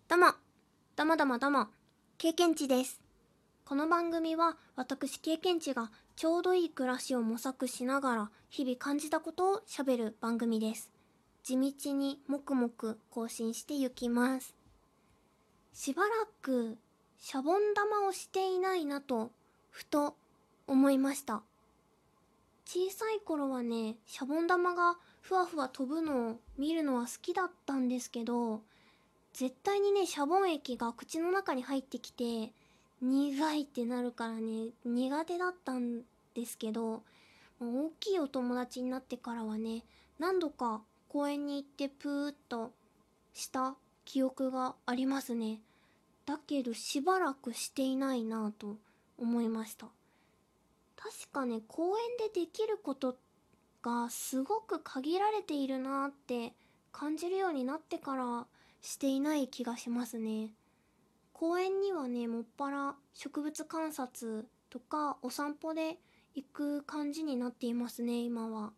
どうも、どうもどうもどうも、経験値です。この番組は私経験値がちょうどいい暮らしを模索しながら日々感じたことをしゃべる番組です。地道に黙々更新していきます。しばらくシャボン玉をしていないなとふと思いました。小さい頃はね、シャボン玉がふわふわ飛ぶのを見るのは好きだったんですけど、絶対にね、シャボン液が口の中に入ってきて苦いってなるからね、苦手だったんですけど、大きいお友達になってからはね、何度か公園に行ってプーッとした記憶がありますね。だけどしばらくしていないなぁと思いました。確かね、公園でできることがすごく限られているなーって感じるようになってからしていない気がしますね。公園にはね、もっぱら植物観察とかお散歩で行く感じになっていますね、今は。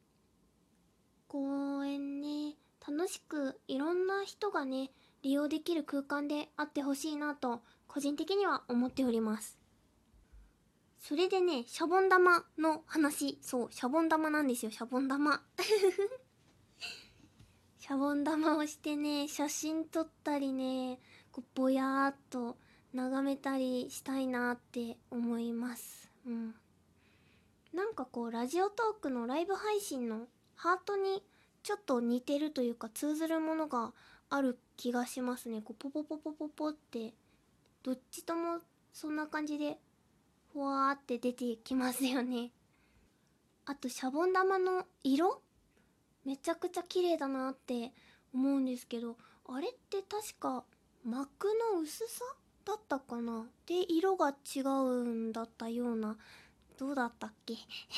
公園ね、楽しくいろんな人がね、利用できる空間であってほしいなと個人的には思っております。それでね、シャボン玉の話、そう、シャボン玉なんですよ、シャボン玉。シャボン玉をしてね、写真撮ったりね、こうぼやーっと眺めたりしたいなって思います。なんかこう、ラジオトークのライブ配信のハートにちょっと似てるというか通ずるものがある気がしますね。こう、ポポポポポポって、どっちともそんな感じで、ふわーって出てきますよね。あと、シャボン玉の色めちゃくちゃ綺麗だなって思うんですけど、あれって確か膜の薄さだったかなで色が違うんだったような、どうだったっけ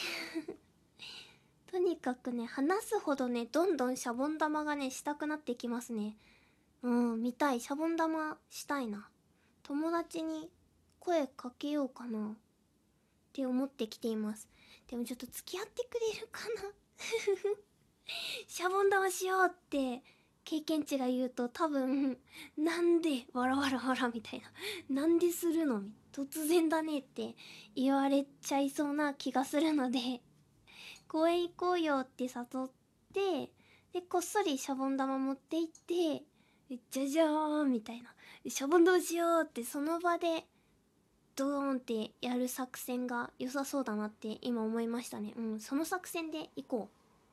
とにかくね、話すほどね、どんどんシャボン玉がね、したくなってきますね。見たい。シャボン玉したいな。友達に声かけようかなって思ってきています。でもちょっと付き合ってくれるかなシャボン玉しようって経験値が言うと多分なんでわらわらわらみたいな、なんでするの突然だねって言われちゃいそうな気がするので、公園行こうよって誘って、でこっそりシャボン玉持って行ってじゃじゃーんみたいな、シャボン玉しようってその場でドーンってやる作戦が良さそうだなって今思いましたね。その作戦で行こう。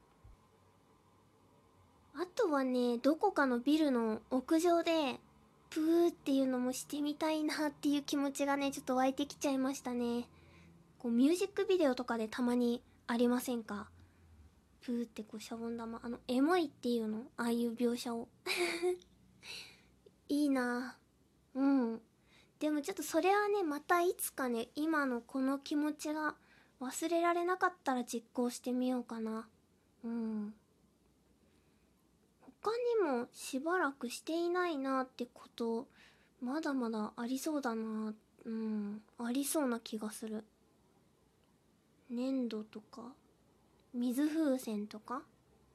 あとはね、どこかのビルの屋上でプーっていうのもしてみたいなっていう気持ちがね、ちょっと湧いてきちゃいましたね。こうミュージックビデオとかでたまにありませんか？プーってこうシャボン玉、エモいっていうの、ああいう描写をいいなぁ。でもちょっとそれはね、またいつかね、今のこの気持ちが忘れられなかったら実行してみようかな。他にもしばらくしていないなってことまだまだありそうだな。ありそうな気がする。粘土とか水風船とか、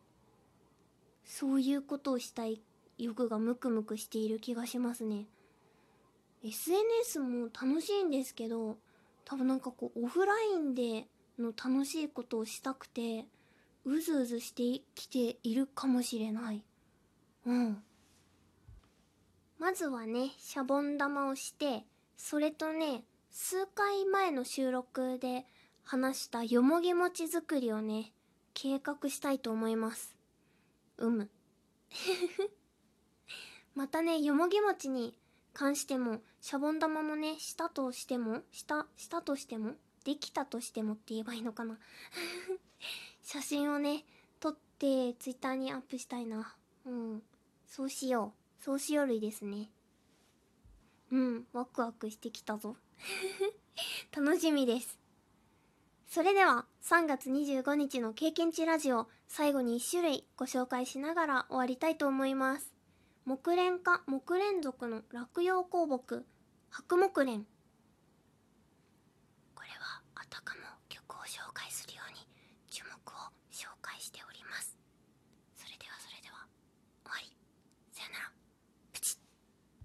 そういうことをしたい欲がムクムクしている気がしますね。 SNS も楽しいんですけど、多分なんかこうオフラインでの楽しいことをしたくてうずうずしてきているかもしれない。まずはね、シャボン玉をして、それとね、数回前の収録で話したよもぎ餅作りをね、計画したいと思います。またね、よもぎ餅に関しても、シャボン玉もね、したとしても、できたとしてもって言えばいいのかな写真をね、撮ってツイッターにアップしたいな。そうしよう。そうしよるいですね。ワクワクしてきたぞ楽しみです。それでは3月25日の経験値ラジオ、最後に1種類ご紹介しながら終わりたいと思います。木蓮科木蓮属の落葉香木、白木蓮。